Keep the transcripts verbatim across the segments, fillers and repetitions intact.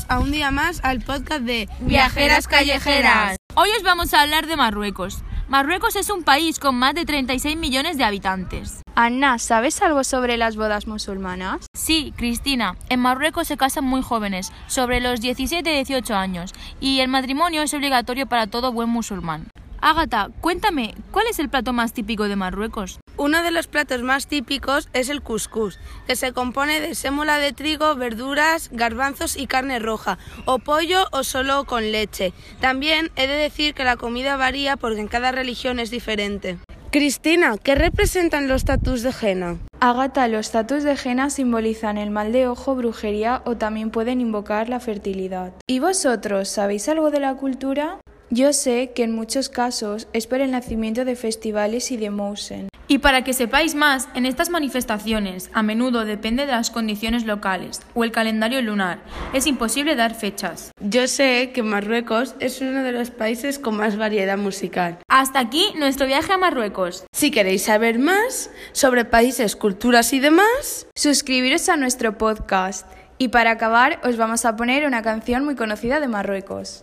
a un día más al podcast de Viajeras Callejeras. Hoy os vamos a hablar de Marruecos. Marruecos es un país con más de treinta y seis millones de habitantes. Anna, ¿sabes algo sobre las bodas musulmanas? Sí, Cristina, en Marruecos se casan muy jóvenes, sobre los diecisiete a dieciocho años, y el matrimonio es obligatorio para todo buen musulmán. Ágata, cuéntame, ¿cuál es el plato más típico de Marruecos? Uno de los platos más típicos es el cuscús, que se compone de sémola de trigo, verduras, garbanzos y carne roja, o pollo o solo con leche. También he de decir que la comida varía porque en cada religión es diferente. Cristina, ¿qué representan los tatus de henna? Ágata, los tatus de henna simbolizan el mal de ojo, brujería o también pueden invocar la fertilidad. ¿Y vosotros sabéis algo de la cultura? Yo sé que en muchos casos es por el nacimiento de festivales y de Moussen. Y para que sepáis más, en estas manifestaciones a menudo depende de las condiciones locales o el calendario lunar. Es imposible dar fechas. Yo sé que Marruecos es uno de los países con más variedad musical. Hasta aquí nuestro viaje a Marruecos. Si queréis saber más sobre países, culturas y demás, suscribiros a nuestro podcast. Y para acabar, os vamos a poner una canción muy conocida de Marruecos.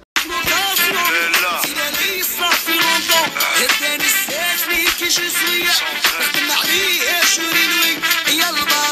je suis, je suis, je suis, je suis, je suis, je suis,